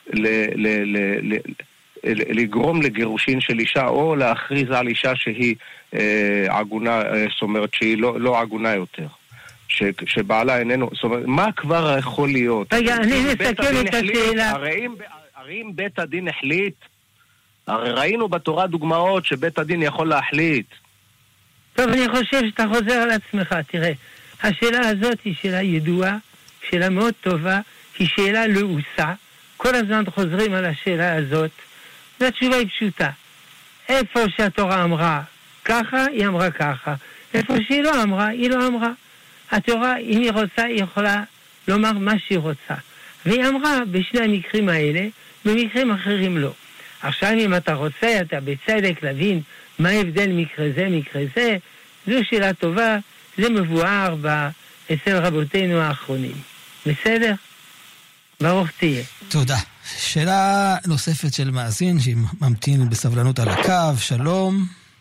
לגרום לגירושין של אישה, או להכריז על אישה שהיא עגונה, זאת אומרת שהיא לא, לא עגונה יותר, ש, שבעלה איננו, זאת אומרת, מה כבר יכול להיות? רגע, אני נסתכל את השאלה. הרי אם, הרי אם בית הדין החליט, הרי ראינו בתורה דוגמאות שבית הדין יכול להחליט. טוב, אני חושב שאתה חוזר על עצמך, תראה, השאלה הזאת היא שאלה ידועה, שאלה מאוד טובה, היא שאלה לעוסה, כל הזמן חוזרים על השאלה הזאת, והתשובה היא פשוטה. איפה שהתורה אמרה ככה, היא אמרה ככה. איפה שהיא לא אמרה, היא לא אמרה. התורה, אם היא רוצה, היא יכולה לומר מה שהיא רוצה. והיא אמרה בשני המקרים האלה, במקרים אחרים לא. עכשיו, אם אתה רוצה, אתה בצדק להבין מה ההבדל מקרה זה, מקרה זה, זו שאלה טובה, זה מבואר ב... אצל רבותינו האחרונים. בסדר? ברוך תהיה. תודה. שאלה נוספת של מאזין שממתין בסבלנות על הקו. שלום.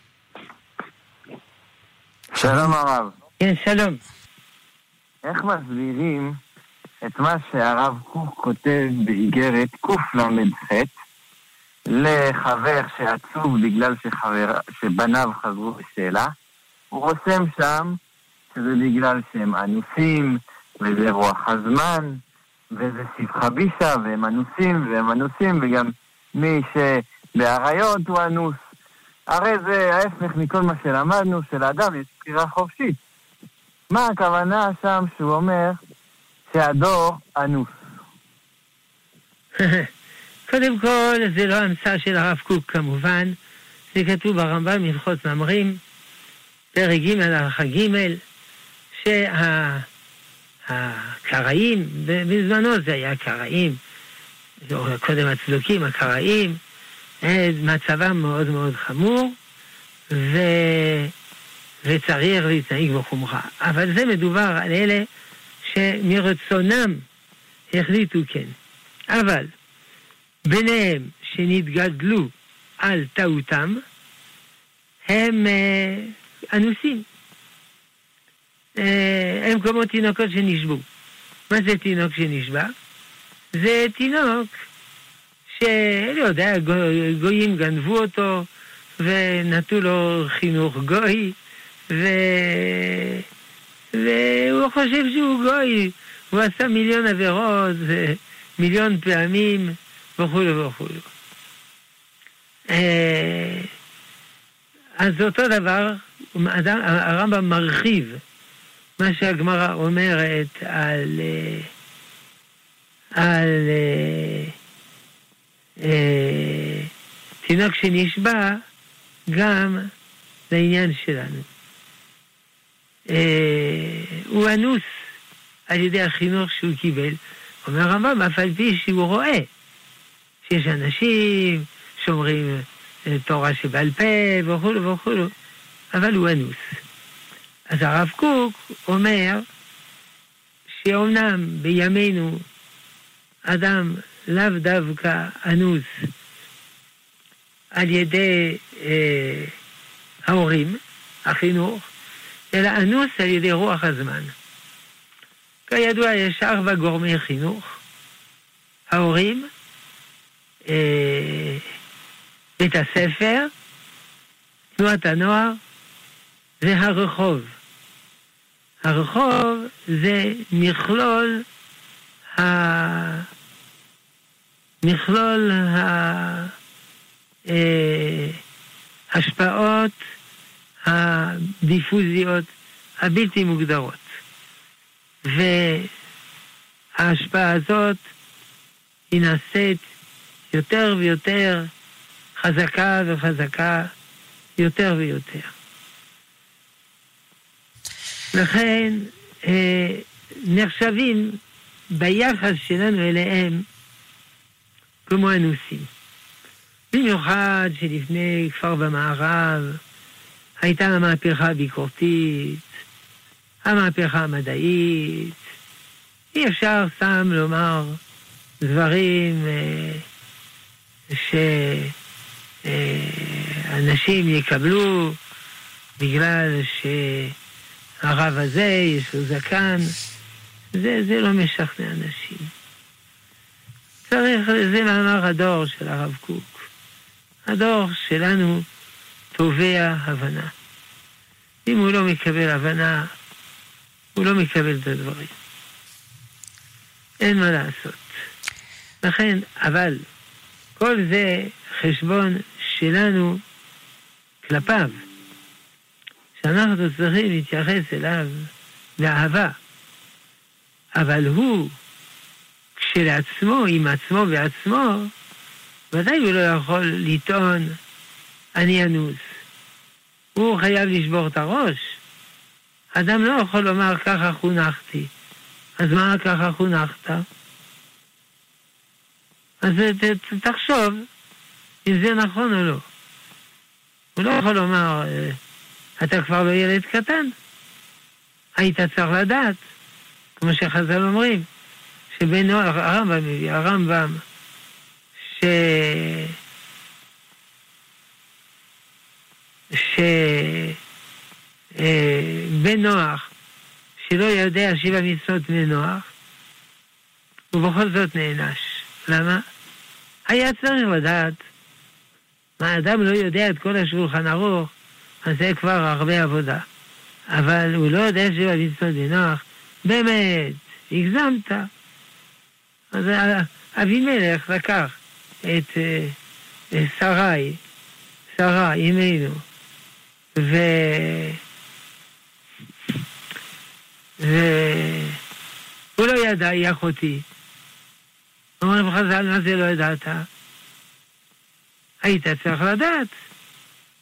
שלום הרב. כן, שלום. איך מסבירים את מה שהרב קוק כותב באיגרת קוף למד ח' לחבר שעצוב בגלל שחבר, שבניו חזרו בשאלה? הוא רושם שם שזה בגלל שהם אנוסים וזה רוח הזמן וזה סבחה בישה והם אנוסים והם אנוסים וגם מי שבעריות הוא אנוס. הרי זה ההפך מכל מה שלמדנו, שלאדם יש בחירה חופשית. מה הכוונה שם שהוא אומר שהדור אנוס? קודם כל, זה לא המצאה של הרב קוק כמובן, זה כתוב ברמב"ם הלכות ממרים, פרק ג' הלכה ג', שהקראים, בזמנו זה היה קראים, קודם הצדוקים, הקראים, מצבם מאוד מאוד חמור, ו... וצריך להתנהג בחומרה. אבל זה מדובר על אלה שמרצונם החליטו כן. אבל ביניהם שנתגדלו על טעותם, הם אה, אנוסים. אה, הם כמו תינוקות שנשבו. מה זה תינוק שנשבע? זה תינוק שלא יודע, גו, גויים גנבו אותו ונתנו לו חינוך גוי, ו... והוא חושב שהוא גוי, הוא עשה מיליון עבירות, מיליון פעמים, וכו' וכו'. אז אותו דבר, הרמב"ם מרחיב מה שהגמרא אומרת על, על תינוק שנשבע גם לעניין שלנו. הוא אנוס על ידי החינוך שהוא קיבל. אומר הרמב"ם, אף על פי שהוא רואה שיש אנשים שאומרים תורה שבעל פה וכו' וכו', אבל הוא אנוס. אז הרב קוק אומר שאומנם בימינו אדם לאו דווקא אנוס על ידי אה, ההורים, החינוך, אלא אנוס על ידי רוח הזמן. כידוע יש ארבע גורמי חינוך, ההורים, אה, בית הספר, תנועת הנוער והרחוב. הרחוב זה מכלול ה... מכלול ההשפעות הדיפוזיות הבלתי מוגדרות. וההשפעה הזאת היא נעשית יותר ויותר חזקה וחזקה יותר ויותר. לכן אה, נחשבים ביחס שלנו אליהם כמו אנוסים. במיוחד שלפני כפר במערב הייתה המהפכה הביקורתית, המהפכה המדעית. אי אפשר סתם לומר דברים אה, שאנשים יקבלו בגלל שהרב הזה יש לו זקן. זה, זה לא משכנע אנשים. צריך, זה מאמר הדור של הרב קוק. הדור שלנו תובע הבנה. אם הוא לא מקבל הבנה, הוא לא מקבל את הדברים. אין מה לעשות. לכן, אבל כל זה חשבון שלנו כלפיו, שאנחנו צריכים להתייחס אליו באהבה. אבל הוא, כשלעצמו, עם עצמו בעצמו, ודאי הוא לא יכול לטעון, אני אנוס. הוא חייב לשבור את הראש. אדם לא יכול לומר, ככה חונכתי. אז מה ככה חונכת? אז ת, תחשוב אם זה נכון או לא. הוא לא יכול לומר, אתה כבר לא ילד קטן. היית צריך לדעת, כמו שחז"ל אומרים, שבין הרמב"ם מביא, הרמב"ם, ש... שבן נוח, שלא יודע שבע מצוות בני נוח, ובכל זאת נענש. למה? היה צריך לדעת. מה, האדם לא יודע את כל השולחן ערוך, אז זה כבר הרבה עבודה. אבל הוא לא יודע שבע מצוות בני נוח, באמת, הגזמת. אז אבימלך לקח את שרי, שרה, אמנו, ו... והוא לא ידע, היא אחותי. אומרים חז"ל, מה זה לא ידעת? היית צריך לדעת.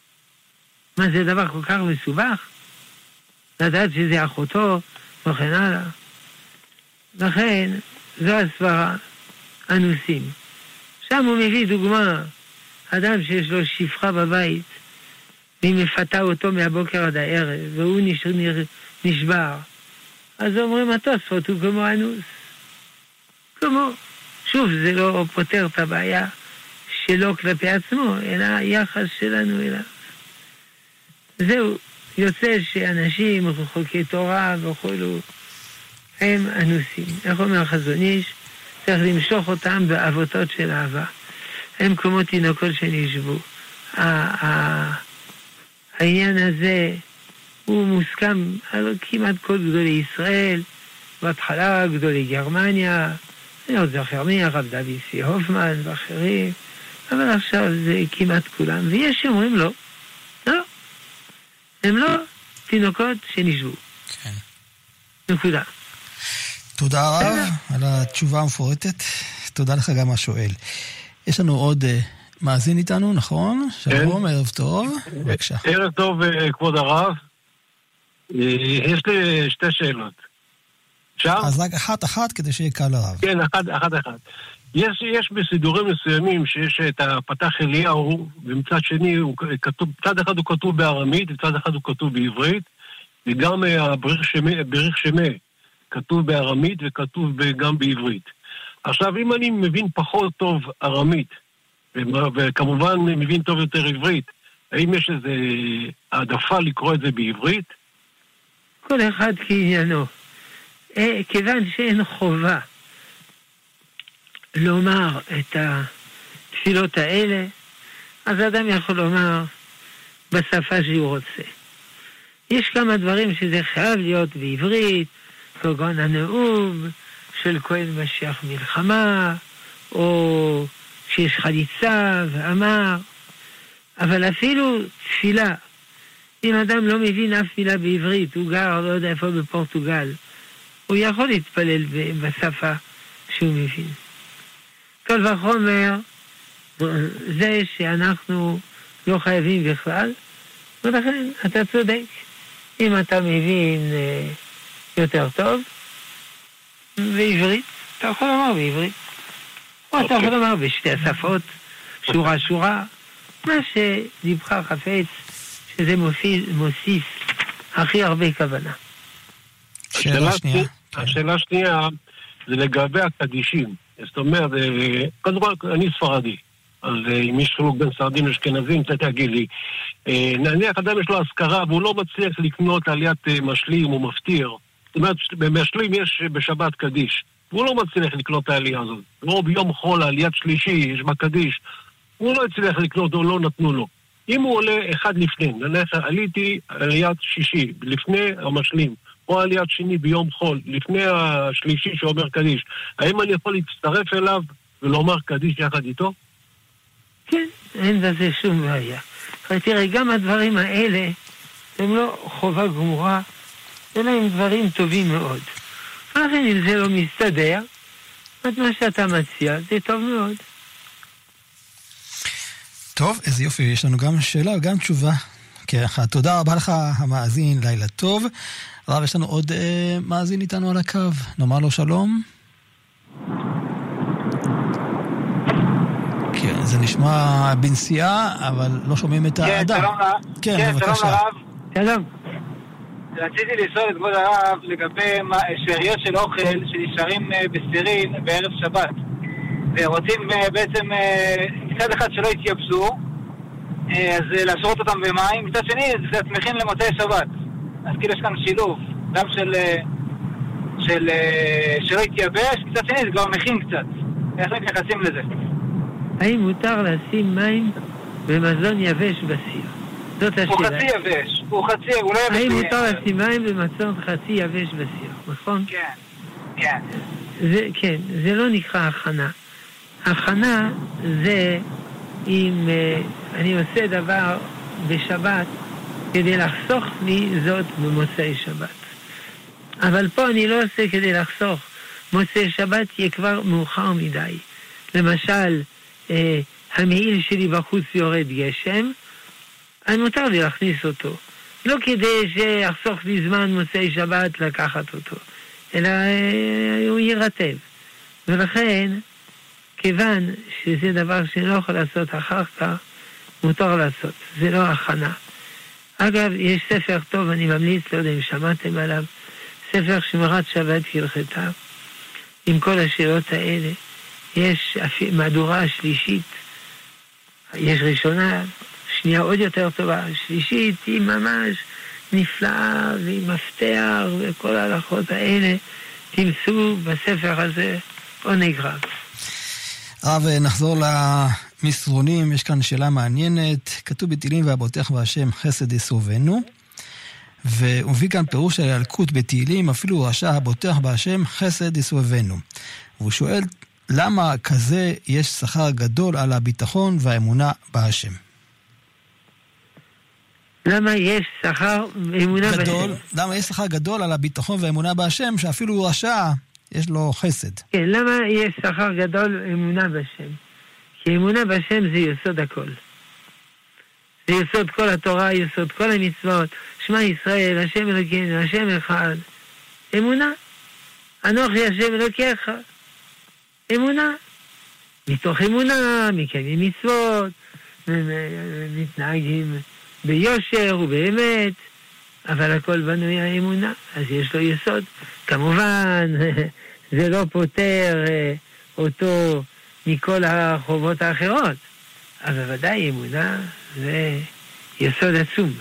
מה, זה דבר כל כך מסובך? לדעת שזה אחותו וכן הלאה. לכן, זו הסברה, אנוסים. שם הוא מביא דוגמה, אדם שיש לו שפחה בבית, והיא מפתה אותו מהבוקר עד הערב, והוא נש... נשבר. אז אומרים, התוספות הוא כמו אנוס. כמו, שוב, זה לא פותר את הבעיה שלו כלפי עצמו, אלא היחס שלנו אליו. זהו, יוצא שאנשים רחוקי תורה וכולו, הם אנוסים. איך אומר החזון איש? צריך למשוך אותם באבותות של אהבה. הם כמו תינוקות שנשבו. העניין הזה הוא מוסכם על כמעט כל גדולי ישראל, בהתחלה גדולי גרמניה, אני עוד זוכר מי, הרב דוד סי הופמן ואחרים, אבל עכשיו זה כמעט כולם, ויש שאומרים לא, לא, הם לא תינוקות שנשבו. כן. נקודה. תודה רב על התשובה המפורטת, תודה לך גם השואל. יש לנו עוד מאזין איתנו, נכון? שלום, ערב טוב, בבקשה. ערב טוב, כבוד הרב. יש לי שתי שאלות. אפשר? אז רק אחת אחת כדי שיהיה קל לרב. כן, אחת אחת אחת. יש, יש בסידורים מסוימים שיש את הפתח אליהו, ומצד שני, הוא כתוב, צד אחד הוא כתוב בארמית, וצד אחד הוא כתוב בעברית, וגם הבריך שמה, בריך שמה כתוב בארמית וכתוב גם בעברית. עכשיו, אם אני מבין פחות טוב ארמית, וכמובן מבין טוב יותר עברית, האם יש איזו העדפה לקרוא את זה בעברית? כל אחד כעניינו. כיוון שאין חובה לומר את התפילות האלה, אז האדם יכול לומר בשפה שהוא רוצה. יש כמה דברים שזה חייב להיות בעברית, כגון הנאום של כהן משיח מלחמה, או שיש חליצה ואמר, אבל אפילו תפילה, אם אדם לא מבין אף מילה בעברית, הוא גר, לא יודע איפה בפורטוגל, הוא יכול להתפלל בשפה שהוא מבין. כל וחומר, זה שאנחנו לא חייבים בכלל, ולכן אתה צודק. אם אתה מבין יותר טוב, בעברית, אתה יכול לומר בעברית. או אתה יכול לומר בשתי השפות, שורה שורה, מה שדיבך חפץ, שזה מוסיף הכי הרבה כוונה. השאלה שנייה. השאלה שנייה זה לגבי הקדישים. זאת אומרת, קודם כל, אני ספרדי. אז אם יש חילוק בין ספרדים לאשכנזים, אתה תגיד לי. נניח אדם יש לו השכרה, והוא לא מצליח לקנות עליית משלים או מפטיר. זאת אומרת, במשלים יש בשבת קדיש. והוא לא מצליח לקנות את העלייה הזאת. או ביום חול, עליית שלישי, יש בה קדיש. הוא לא הצליח לקנות, או לא נתנו לו. אם הוא עולה אחד לפני, נניח, עליתי עליית שישי, לפני המשלים, או עליית שני ביום חול, לפני השלישי שאומר קדיש, האם אני יכול להצטרף אליו ולומר קדיש יחד איתו? כן, אין בזה שום בעיה. תראה, גם הדברים האלה הם לא חובה גמורה, אלא הם דברים טובים מאוד. לכן אם זה לא מסתדר, אז מה שאתה מציע זה טוב מאוד. טוב, איזה יופי, יש לנו גם שאלה וגם תשובה. ככה, תודה רבה לך המאזין, לילה טוב. רב, יש לנו עוד אה, מאזין איתנו על הקו, נאמר לו שלום. כן, זה נשמע בנסיעה, אבל לא שומעים את האדם. שלום רב. כן, כן, בבקשה. שלום הרב. שלום. רציתי לשאול את כבוד הרב לגבי שאריות של אוכל שנשארים בסירים בערב שבת. ורוצים בעצם מצד אחד שלא יתייבשו, אז להשרות אותם במים, מצד שני זה מכין למוצאי שבת. אז כאילו יש כאן שילוב, גם של, של שלא יתייבש, מצד שני זה כבר מכין קצת. איך מתייחסים לזה? האם מותר לשים מים במזון יבש בסיר? זאת השאלה. הוא חצי יבש, הוא חצי, הוא לא יבש. האם מותר לשים מים במזון חצי יבש בסיר, נכון? כן, כן. זה, כן, זה לא נקרא הכנה. הכנה זה אם uh, אני עושה דבר בשבת כדי לחסוך לי זאת במוצאי שבת. אבל פה אני לא עושה כדי לחסוך. מוצאי שבת יהיה כבר מאוחר מדי. למשל, uh, המעיל שלי בחוץ יורד גשם, אז מותר לי להכניס אותו. לא כדי שיחסוך לי זמן מוצאי שבת לקחת אותו, אלא הוא יירטב. ולכן, כיוון שזה דבר שאני לא יכול לעשות אחר כך, מותר לעשות. זה לא הכנה. אגב, יש ספר טוב, אני ממליץ, לא יודע אם שמעתם עליו, ספר שמירת שבת כהלכתה, עם כל השאלות האלה. יש מהדורה שלישית, יש ראשונה, שנייה עוד יותר טובה, שלישית היא ממש נפלאה, והיא מפתח, וכל ההלכות האלה תמצאו בספר הזה עונג רב. רב, נחזור למסרונים, יש כאן שאלה מעניינת, כתוב בתהילים והבוטח בהשם חסד יסובנו, והוא מביא כאן פירוש על ילקוט בתהילים, אפילו רשע הבוטח בהשם חסד יסובנו. והוא שואל, למה כזה יש שכר גדול על הביטחון והאמונה בהשם? למה יש שכר אמונה גדול, בהשם? למה יש שכר גדול על הביטחון והאמונה בהשם, שאפילו רשע יש לו חסד? כן, למה יש שכר גדול אמונה בהשם? כי אמונה בהשם זה יסוד הכל. זה יסוד כל התורה, יסוד כל המצוות. שמע ישראל, השם אלוקינו, השם אחד. אמונה. אנוכי השם אלוקיך. אמונה. מתוך אמונה, מקיימים מצוות, מתנהגים ביושר ובאמת, אבל הכל בנוי האמונה, אז יש לו יסוד. כמובן, זה לא פותר אותו מכל החובות האחרות, אבל ודאי אמונה זה יסוד עצום.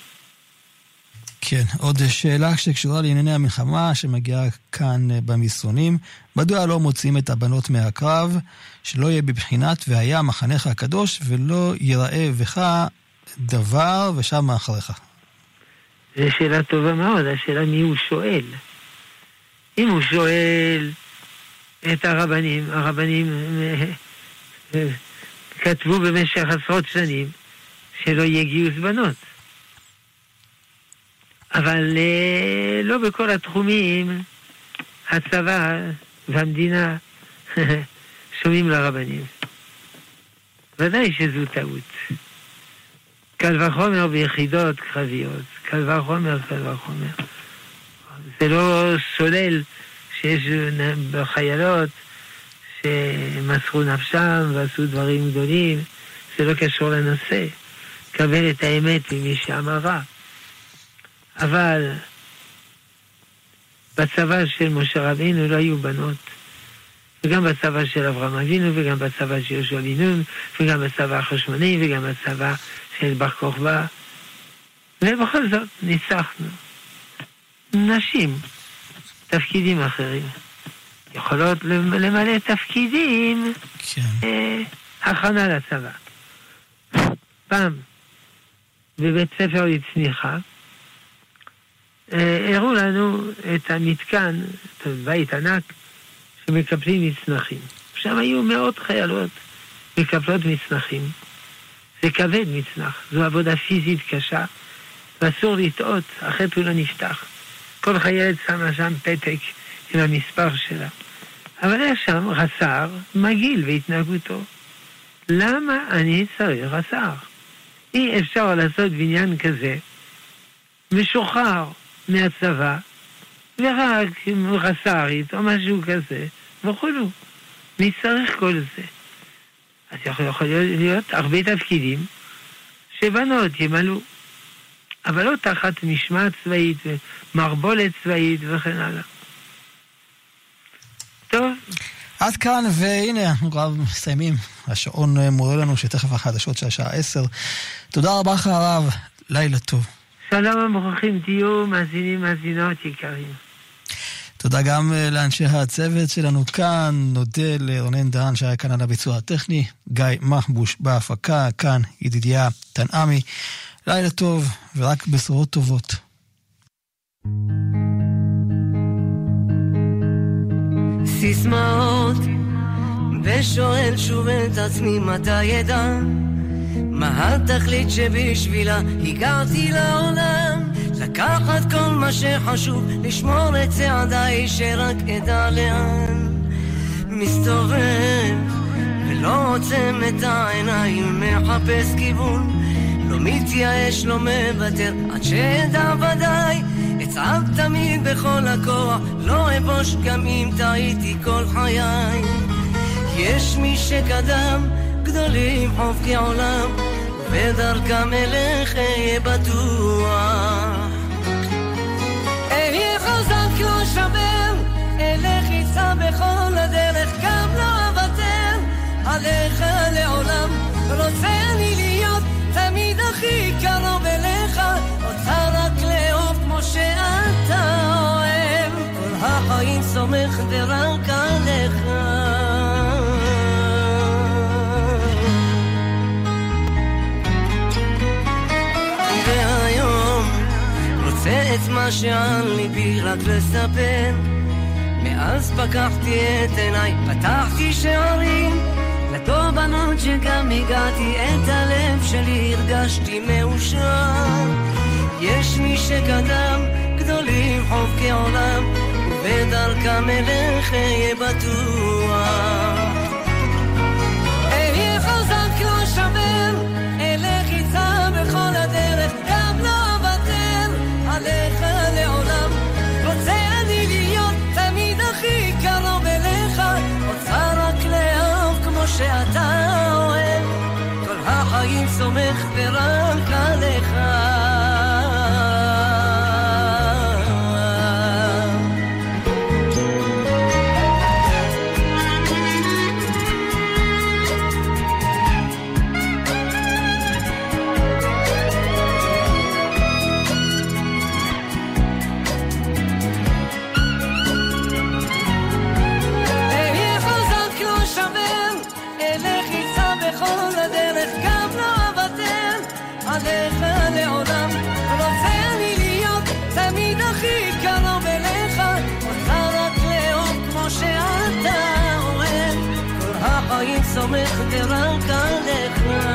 כן, עוד שאלה שקשורה לענייני המלחמה שמגיעה כאן במסרונים. מדוע לא מוצאים את הבנות מהקרב, שלא יהיה בבחינת והיה מחנך הקדוש ולא ייראה בך דבר ושם מאחריך? זו שאלה טובה מאוד, השאלה מי הוא שואל. אם הוא שואל את הרבנים, הרבנים כתבו במשך עשרות שנים שלא יהיה גיוס בנות. אבל לא בכל התחומים הצבא והמדינה שומעים לרבנים. ודאי שזו טעות. קל וחומר ביחידות קרביות, קל וחומר, קל וחומר. זה לא שולל שיש בחיילות שמסרו נפשם ועשו דברים גדולים, זה לא קשור לנושא. קבל את האמת ממי שאמרה. אבל בצבא של משה רבינו לא היו בנות, וגם בצבא של אברהם אבינו, וגם בצבא של יהושע בן נון, וגם בצבא החשמונאי, וגם בצבא של בר כוכבא, ובכל זאת ניצחנו. נשים, תפקידים אחרים, יכולות למלא תפקידים, כן. אה, הכנה לצבא. פעם, בבית ספר לצניחה, הראו לנו את המתקן, את הבית ענק, שמקפלים מצנחים. שם היו מאות חיילות מקפלות מצנחים. זה כבד מצנח, זו עבודה פיזית קשה, ואסור לטעות, אחרת הוא לא נפתח. כל חיילת שמה שם פתק עם המספר שלה. אבל יש שם רס"ר מגעיל בהתנהגותו. למה אני צריך רס"ר? אי אפשר לעשות בניין כזה, משוחרר מהצבא, ורק רס"רית או משהו כזה, וכולו. מי צריך כל זה? אז יכול, יכול להיות הרבה תפקידים שבנות ימלאו, אבל לא תחת משמעת צבאית ומרבולת צבאית וכן הלאה. טוב. עד כאן, והנה אנחנו כבר מסיימים. השעון מורה לנו שתכף החדשות של השעה עשר. תודה רבה לך הרב, לילה טוב. שלום המוכרחים, תהיו מאזינים מאזינות יקרים. תודה גם לאנשי הצוות שלנו כאן, נודה לרונן דהן שהיה כאן על הביצוע הטכני, גיא מחבוש בהפקה, כאן ידידיה תנעמי. לילה טוב ורק בשורות טובות. סיסמאות ושואל שוב את עצמי מתי ידע מה התכלית שבשבילה הגעתי לעולם, לקחת כל מה שחשוב, לשמור את צעדיי שרק אדע לאן. מסתובב ולא עוצם את העיניים, מחפש כיוון, לא מתייאש לא מוותר עד שידע ודאי אצעק תמיד בכל הכוח לא אבוש גם אם טעיתי כל חיי יש מי שקדם גדולים חובקי עולם ודרכם אליך יהיה בטוח אהיה חזק לא שבר אלך יצא בכל הדרך גם לא אוותר עליך לעולם רוצה אני להיות תמיד הכי קרוב אליך אותך רק לאהוב כמו שאתה אוהב כל החיים סומך ורק עליך והיום רוצה את מה שעל ליבי רק לספר מאז פקחתי את עיניי פתחתי שערים לתובנות שגם הגעתי את הלב שלי הרגשתי מאושר יש מי שקדם גדולים חובקי עולם ובדרכם אליך יהיה בטוח אהיה חזק לא שבר אלך יצא בכל הדרך גם לא אוותר עליך לעולם רוצה אני להיות תמיד הכי קרוב אליך אותך רק לאהוב כמו שאתה אוהב כל החיים סומך ורק עליך בכל הדרך גם לא אוותר עליך לעולם רוצה אני להיות תמיד הכי קרוב אליך אותך רק לאהוב כמו שאתה אוהב כל החיים סומך ורק עליך